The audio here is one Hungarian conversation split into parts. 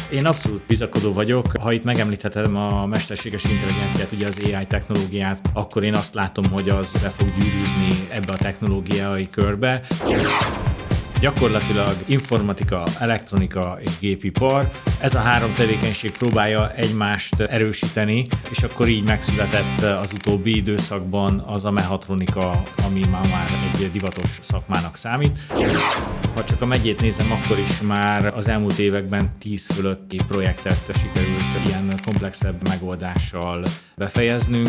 Én abszolút bizakodó vagyok. Ha itt megemlíthetem a mesterséges intelligenciát, ugye az AI technológiát, akkor én azt látom, hogy az be fog gyűrűzni ebbe a technológiai körbe. Gyakorlatilag informatika, elektronika és gépipar, ez a három tevékenység próbálja egymást erősíteni, és akkor így megszületett az utóbbi időszakban az a mechatronika, ami már egy divatos szakmának számít. Ha csak a megyét nézem, akkor is már az elmúlt években 10 fölötti projektet sikerült ilyen komplexebb megoldással befejeznünk.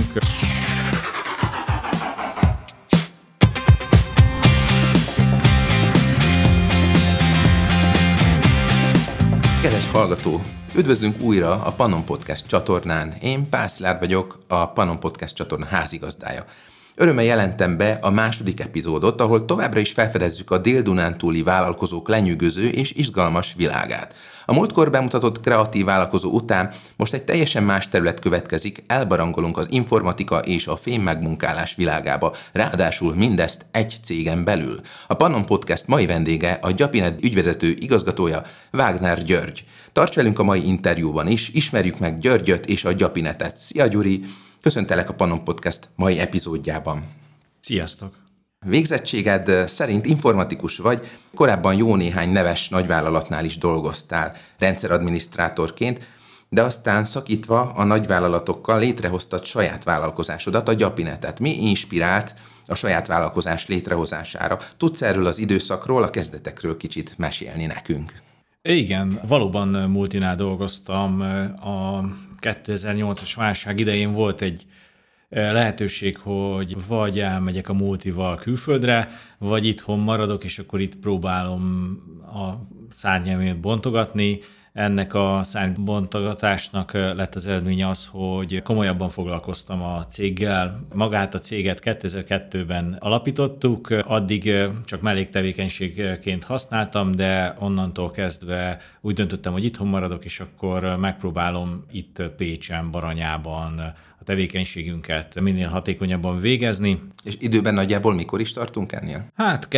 Kedves hallgató! Üdvözlünk újra a Pannon Podcast csatornán. Én Pál Szilárd vagyok, a Pannon Podcast csatorna házigazdája. Örömmel jelentem be a második epizódot, ahol továbbra is felfedezzük a Dél-Dunántúli vállalkozók lenyűgöző és izgalmas világát. A múltkor bemutatott kreatív vállalkozó után most egy teljesen más terület következik, elbarangolunk az informatika és a fém megmunkálás világába, ráadásul mindezt egy cégen belül. A Pannon Podcast mai vendége a Gyapinet ügyvezető igazgatója, Wagner György. Tarts velünk a mai interjúban is, ismerjük meg Györgyöt és a Gyapinetet. Szia Gyuri! Köszöntelek a Pannon Podcast mai epizódjában. Sziasztok! Végzettséged szerint informatikus vagy, korábban jó néhány neves nagyvállalatnál is dolgoztál rendszeradminisztrátorként, de aztán szakítva a nagyvállalatokkal létrehoztad saját vállalkozásodat, a Gyapinetet. Mi inspirált a saját vállalkozás létrehozására? Tudsz erről az időszakról, a kezdetekről kicsit mesélni nekünk? Igen, valóban multinál dolgoztam. A 2008-as válság idején volt egy lehetőség, hogy vagy elmegyek a multival külföldre, vagy itthon maradok, és akkor itt próbálom a szárnyelmét bontogatni. Ennek a szárnybontogatásnak lett az eredménye az, hogy komolyabban foglalkoztam a céggel. Magát a céget 2002-ben alapítottuk, addig csak melléktevékenységként használtam, de onnantól kezdve úgy döntöttem, hogy itthon maradok, és akkor megpróbálom itt Pécsen, Baranyában a tevékenységünket minél hatékonyabban végezni. És időben nagyjából mikor is tartunk ennél? Hát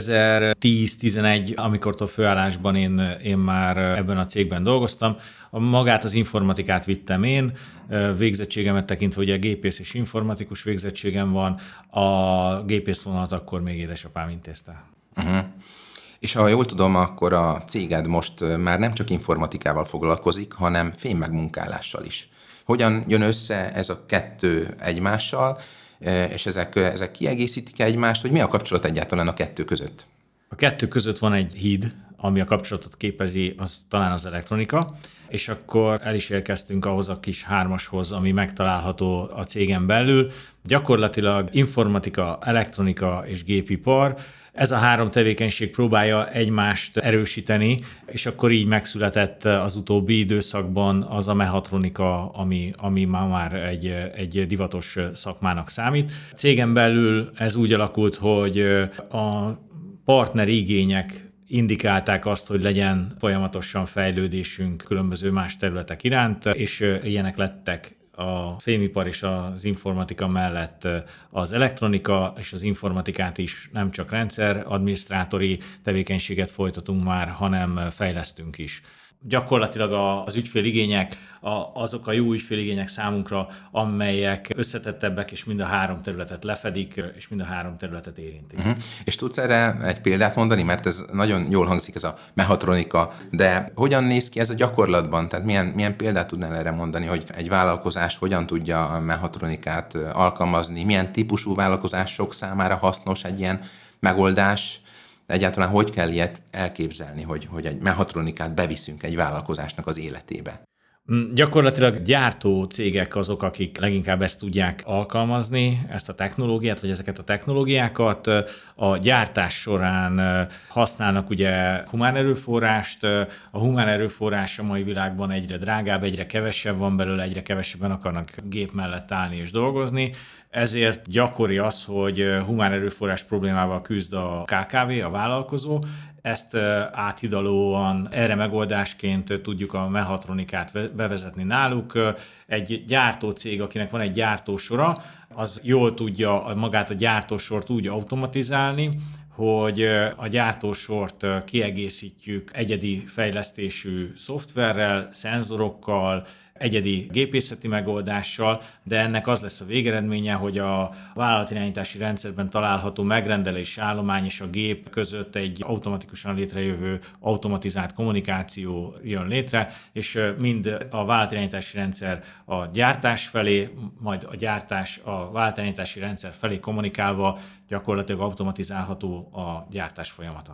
2010-11, amikor a főállásban én már ebben a cégben dolgoztam. Magát az informatikát vittem én, végzettségemet tekintve, hogy a gépész és informatikus végzettségem van, a gépészvonalat akkor még édesapám intézte. Uh-huh. És ha jól tudom, akkor a céged most már nem csak informatikával foglalkozik, hanem fémmegmunkálással is. Hogyan jön össze ez a kettő egymással, és ezek kiegészítik egymást, hogy mi a kapcsolat egyáltalán a kettő között? A kettő között van egy híd, ami a kapcsolatot képezi, az talán az elektronika, és akkor el is érkeztünk ahhoz a kis hármashoz, ami megtalálható a cégen belül. Gyakorlatilag informatika, elektronika és gépipar, ez a három tevékenység próbálja egymást erősíteni, és akkor így megszületett az utóbbi időszakban az a mechatronika, ami már egy divatos szakmának számít. Cégen belül ez úgy alakult, hogy a partneri igények indikálták azt, hogy legyen folyamatosan fejlődésünk különböző más területek iránt, és ilyenek lettek a fémipar és az informatika mellett az elektronika, és az informatikát is nem csak rendszeradminisztrátori tevékenységet folytatunk már, hanem fejlesztünk is. Gyakorlatilag az ügyféligények azok a jó ügyféligények számunkra, amelyek összetettebbek, és mind a három területet lefedik, és mind a három területet érintik. Uh-huh. És tudsz erre egy példát mondani? Mert ez nagyon jól hangzik, ez a mechatronika, de hogyan néz ki ez a gyakorlatban? Tehát milyen példát tudnál erre mondani, hogy egy vállalkozás hogyan tudja a mechatronikát alkalmazni? Milyen típusú vállalkozások számára hasznos egy ilyen megoldás? Egyáltalán hogy kell ilyet elképzelni, hogy egy mechatronikát beviszünk egy vállalkozásnak az életébe? Gyakorlatilag gyártó cégek azok, akik leginkább ezt tudják alkalmazni, ezt a technológiát, vagy ezeket a technológiákat. A gyártás során használnak ugye humán erőforrást. A humán erőforrás a mai világban egyre drágább, egyre kevesebb van belőle, egyre kevesebben akarnak gép mellett állni és dolgozni. Ezért gyakori az, hogy humán erőforrás problémával küzd a KKV, a vállalkozó. Ezt áthidalóan erre megoldásként tudjuk a mechatronikát bevezetni náluk. Egy gyártócég, akinek van egy gyártósora, az jól tudja magát a gyártósort úgy automatizálni, hogy a gyártósort kiegészítjük egyedi fejlesztésű szoftverrel, szenzorokkal, egyedi gépészeti megoldással, de ennek az lesz a végeredménye, hogy a vállalatirányítási rendszerben található megrendelési állomány és a gép között egy automatikusan létrejövő automatizált kommunikáció jön létre, és mind a vállalatirányítási rendszer a gyártás felé, majd a gyártás a vállalatirányítási rendszer felé kommunikálva gyakorlatilag automatizálható a gyártás folyamata.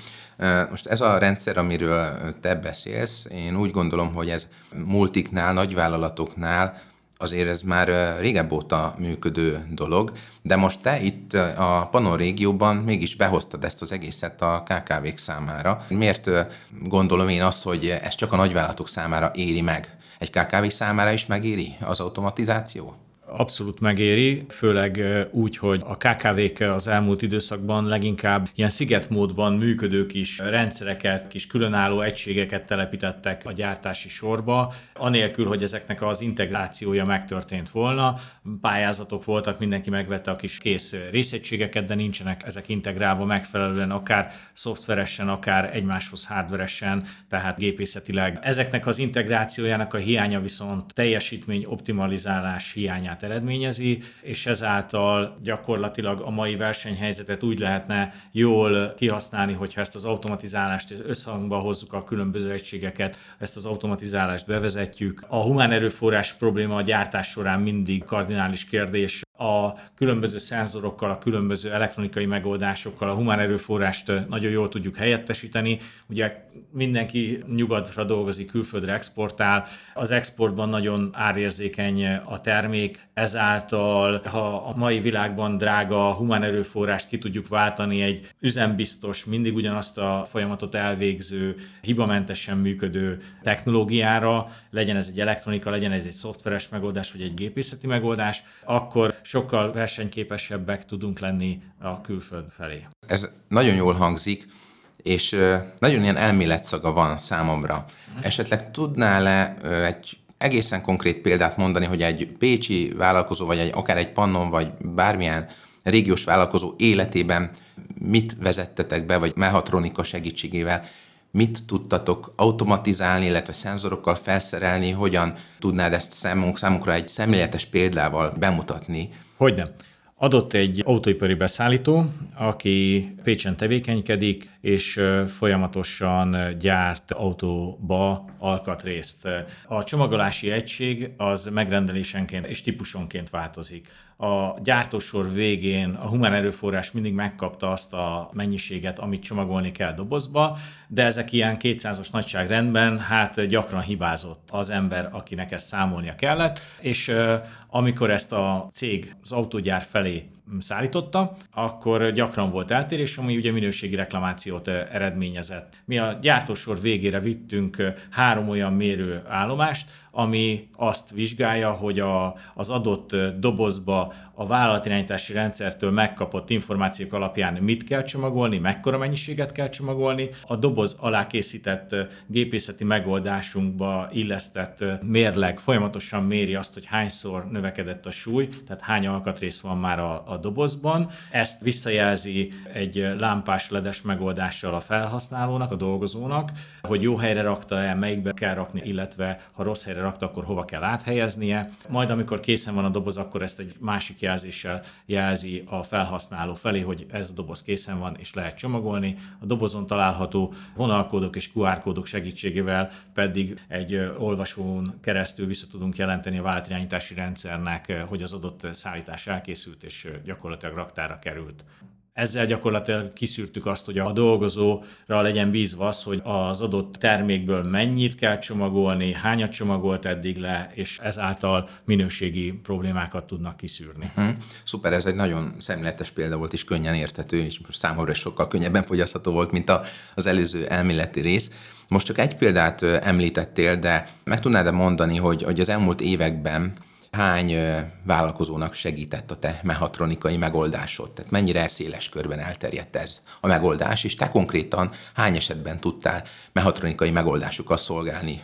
Most ez a rendszer, amiről te beszélsz, én úgy gondolom, hogy ez multiknál, nagyvállalatoknál azért ez már régebb óta működő dolog, de most te itt a Pannon régióban mégis behoztad ezt az egészet a KKV-k számára. Miért gondolom én azt, hogy ez csak a nagyvállalatok számára éri meg? Egy KKV számára is megéri az automatizáció? Abszolút megéri, főleg úgy, hogy a KKV-k az elmúlt időszakban leginkább ilyen szigetmódban működő kis rendszereket, kis különálló egységeket telepítettek a gyártási sorba, anélkül, hogy ezeknek az integrációja megtörtént volna. Pályázatok voltak, mindenki megvette a kis kész részegységeket, de nincsenek ezek integrálva megfelelően, akár szoftveresen, akár egymáshoz hardveresen, tehát gépészetileg. Ezeknek az integrációjának a hiánya viszont teljesítmény optimalizálás hiányát eredményezi, és ezáltal gyakorlatilag a mai versenyhelyzetet úgy lehetne jól kihasználni, hogyha ezt az automatizálást összhangba hozzuk a különböző egységeket, ezt az automatizálást bevezetjük. A humán erőforrás probléma a gyártás során mindig kardinális kérdés. A különböző szenzorokkal, a különböző elektronikai megoldásokkal a humán erőforrást nagyon jól tudjuk helyettesíteni. Ugye mindenki nyugatra dolgozik, külföldre exportál, az exportban nagyon árérzékeny a termék, ezáltal, ha a mai világban drága humán erőforrást ki tudjuk váltani egy üzembiztos, mindig ugyanazt a folyamatot elvégző, hibamentesen működő technológiára, legyen ez egy elektronika, legyen ez egy szoftveres megoldás, vagy egy gépészeti megoldás, akkor sokkal versenyképesebbek tudunk lenni a külföld felé. Ez nagyon jól hangzik, és nagyon ilyen elméletszaga van számomra. Esetleg tudnál-e egy egészen konkrét példát mondani, hogy egy pécsi vállalkozó, vagy akár egy Pannon, vagy bármilyen régiós vállalkozó életében mit vezettetek be, vagy mechatronika segítségével, mit tudtatok automatizálni, illetve szenzorokkal felszerelni, hogyan tudnád ezt számunkra egy szemléletes példával bemutatni? Hogyne. Adott egy autóipari beszállító, aki Pécsen tevékenykedik, és folyamatosan gyárt autóba alkatrészt. A csomagolási egység az megrendelésenként és típusonként változik. A gyártósor végén a humán erőforrás mindig megkapta azt a mennyiséget, amit csomagolni kell dobozba, de ezek ilyen 200-as nagyságrendben hát gyakran hibázott az ember, akinek ezt számolnia kellett, és amikor ezt a cég az autógyár felé szállította, akkor gyakran volt eltérés, ami ugye minőségi reklamációt eredményezett. Mi a gyártósor végére vittünk 3 olyan mérőállomást, ami azt vizsgálja, hogy az adott dobozba a vállalatirányítási rendszertől megkapott információk alapján mit kell csomagolni, mekkora mennyiséget kell csomagolni. A doboz alá készített gépészeti megoldásunkba illesztett mérleg folyamatosan méri azt, hogy hányszor növekedett a súly, tehát hány alkatrész van már a dobozban. Ezt visszajelzi egy lámpás ledes megoldással a felhasználónak, a dolgozónak, hogy jó helyre rakta-e, melyikbe kell rakni, illetve ha rossz helyre rakta, akkor hova kell áthelyeznie. Majd amikor készen van a doboz, akkor ezt egy másik jelzéssel jelzi a felhasználó felé, hogy ez a doboz készen van, és lehet csomagolni. A dobozon található vonalkódok és QR kódok segítségével pedig egy olvasón keresztül vissza tudunk jelenteni a vállalatirányítási rendszernek, hogy az adott szállítás elkészült, és gyakorlatilag raktára került. Ezzel gyakorlatilag kiszűrtük azt, hogy a dolgozóra legyen bízva az, hogy az adott termékből mennyit kell csomagolni, hányat csomagolt eddig le, és ezáltal minőségi problémákat tudnak kiszűrni. Szuper, ez egy nagyon szemléletes példa volt, és könnyen érthető, és most számomra is sokkal könnyebben fogyasztható volt, mint az előző elméleti rész. Most csak egy példát említettél, de meg tudnád mondani, hogy az elmúlt években hány vállalkozónak segített a te mechatronikai megoldásod? Tehát mennyire széles körben elterjedt ez a megoldás, és te konkrétan hány esetben tudtál mechatronikai megoldásokkal szolgálni?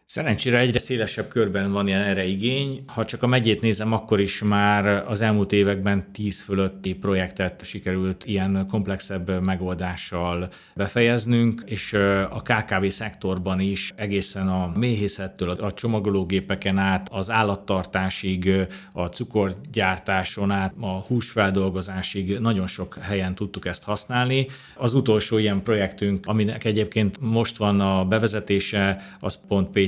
Szerencsére egyre szélesebb körben van erre igény. Ha csak a megyét nézem, akkor is már az elmúlt években 10 fölötti projektet sikerült ilyen komplexebb megoldással befejeznünk, és a KKV szektorban is egészen a méhészettől, a csomagológépeken át, az állattartásig, a cukorgyártáson át, a húsfeldolgozásig nagyon sok helyen tudtuk ezt használni. Az utolsó ilyen projektünk, aminek egyébként most van a bevezetése, az pont Pécsen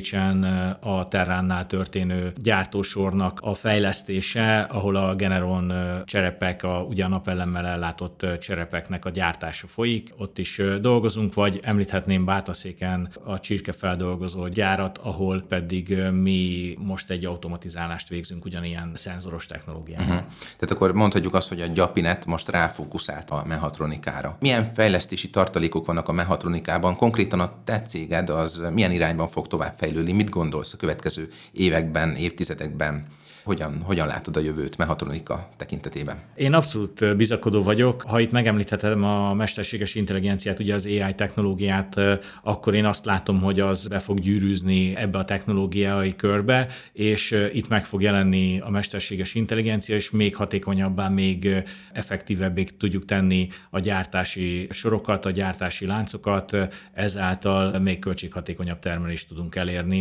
a Terránnál történő gyártósornak a fejlesztése, ahol a Generon cserepek, ugye a napelemmel ellátott cserepeknek a gyártása folyik. Ott is dolgozunk, vagy említhetném Bátaszéken a csirkefeldolgozó gyárat, ahol pedig mi most egy automatizálást végzünk ugyanilyen szenzoros technológiával. Tehát akkor mondhatjuk azt, hogy a Gyapinet most ráfókuszált a mehatronikára. Milyen fejlesztési tartalékok vannak a mehatronikában? Konkrétan a te céged az milyen irányban fog tovább fejlődni? Mit gondolsz a következő években, évtizedekben? Hogyan látod a jövőt mehatronika tekintetében? Én abszolút bizakodó vagyok. Ha itt megemlíthetem a mesterséges intelligenciát, ugye az AI technológiát, akkor én azt látom, hogy az be fog gyűrűzni ebbe a technológiai körbe, és itt meg fog jelenni a mesterséges intelligencia, és még hatékonyabbá, még effektívebbé tudjuk tenni a gyártási sorokat, a gyártási láncokat, ezáltal még költséghatékonyabb termelést tudunk elérni.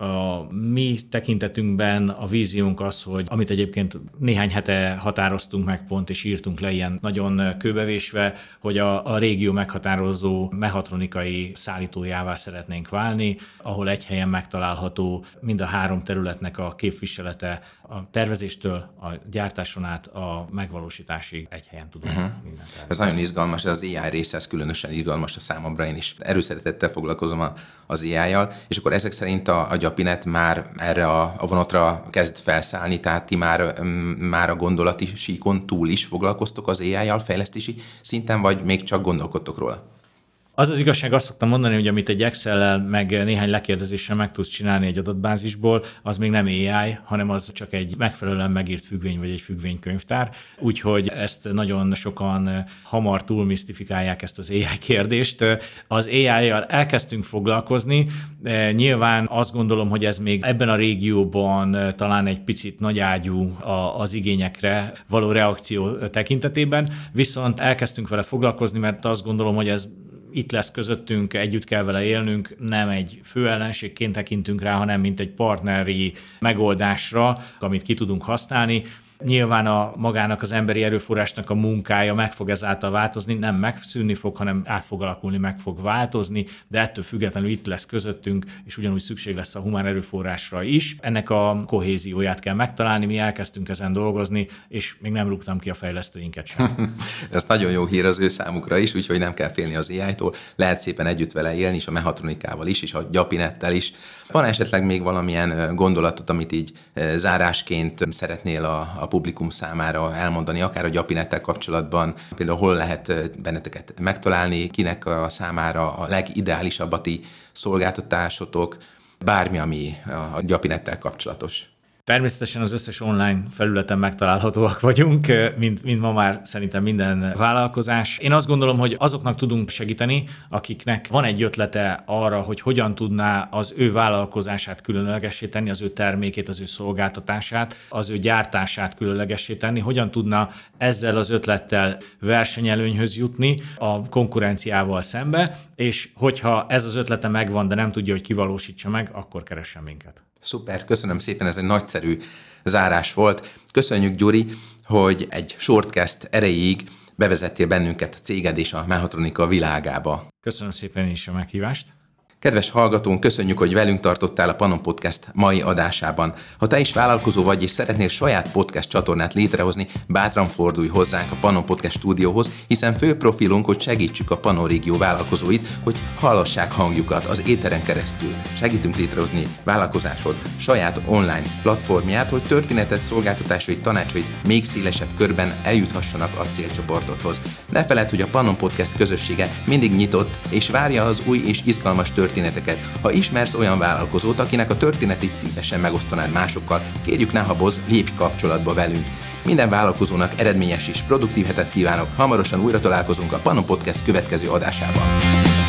A mi tekintetünkben a víziónk az, hogy amit egyébként néhány hete határoztunk meg pont, és írtunk le ilyen nagyon kőbevésve, hogy a régió meghatározó mehatronikai szállítójává szeretnénk válni, ahol egy helyen megtalálható mind a 3 területnek a képviselete, a tervezéstől, a gyártáson át a megvalósításig egy helyen tudunk mindent. Ez nagyon izgalmas, az AI része, ez különösen izgalmas a számomra, én is erőszeretettel foglalkozom az AI-jal, és akkor ezek szerint a Gyapinet már erre a vonatra kezd felszállni, tehát ti már a gondolati síkon túl is foglalkoztok az AI-jal fejlesztési szinten, vagy még csak gondolkodtok róla? Az igazság, azt szoktam mondani, hogy amit egy Excel-lel meg néhány lekérdezéssel meg tudsz csinálni egy adatbázisból, az még nem AI, hanem az csak egy megfelelően megírt függvény vagy egy függvénykönyvtár. Úgyhogy ezt nagyon sokan hamar túlmisztifikálják ezt az AI kérdést. Az AI-jal elkezdtünk foglalkozni. Nyilván azt gondolom, hogy ez még ebben a régióban talán egy picit nagyágyú az igényekre való reakció tekintetében, viszont elkezdtünk vele foglalkozni, mert azt gondolom, hogy ez itt lesz közöttünk, együtt kell vele élnünk, nem egy főellenségként tekintünk rá, hanem mint egy partneri megoldásra, amit ki tudunk használni. Nyilván magának az emberi erőforrásnak a munkája meg fog ezáltal változni, nem megszűnni fog, hanem át fog alakulni, meg fog változni, de ettől függetlenül itt lesz közöttünk, és ugyanúgy szükség lesz a humán erőforrásra is. Ennek a kohézióját kell megtalálni, mi elkezdtünk ezen dolgozni, és még nem rúgtam ki a fejlesztőinket sem. Ez nagyon jó hír az ő számukra is, úgyhogy nem kell félni az AI-tól, lehet szépen együtt vele élni, és a mehatronikával is, és a Gyapinettel is. Van esetleg még valamilyen gondolatot, amit így zárásként szeretnél a publikum számára elmondani, akár a Gyapinettel kapcsolatban, például hol lehet benneteket megtalálni, kinek a számára a legideálisabb a ti szolgáltatásotok, bármi, ami a Gyapinettel kapcsolatos? Természetesen az összes online felületen megtalálhatóak vagyunk, mint ma már szerintem minden vállalkozás. Én azt gondolom, hogy azoknak tudunk segíteni, akiknek van egy ötlete arra, hogy hogyan tudná az ő vállalkozását különlegessé tenni, az ő termékét, az ő szolgáltatását, az ő gyártását különlegessé tenni, hogyan tudna ezzel az ötlettel versenyelőnyhöz jutni a konkurenciával szembe, és hogyha ez az ötlete megvan, de nem tudja, hogy kivalósítsa meg, akkor keressen minket. Szuper, köszönöm szépen, ez egy nagyszerű zárás volt. Köszönjük, Gyuri, hogy egy shortcast erejéig bevezettél bennünket a céged és a mehatronika világába. Köszönöm szépen is a meghívást. Kedves hallgatónk, köszönjük, hogy velünk tartottál a Pannon Podcast mai adásában. Ha te is vállalkozó vagy és szeretnél saját podcast csatornát létrehozni, bátran fordulj hozzánk a Pannon Podcast stúdióhoz, hiszen fő profilunk, hogy segítsük a Pannon régió vállalkozóit, hogy hallassák hangjukat az éteren keresztül. Segítünk létrehozni vállalkozásod saját online platformját, hogy történetet, szolgáltatásait, tanácsait még szélesebb körben eljuthassanak a célcsoportodhoz. Ne feledd, hogy a Pannon Podcast közössége mindig nyitott és várja az új és izgalmas történeteket. Ha ismersz olyan vállalkozót, akinek a történetét szívesen megosztanád másokkal, kérjük, ne habozz, lépj kapcsolatba velünk. Minden vállalkozónak eredményes és produktív hetet kívánok, hamarosan újra találkozunk a Pannon Podcast következő adásában.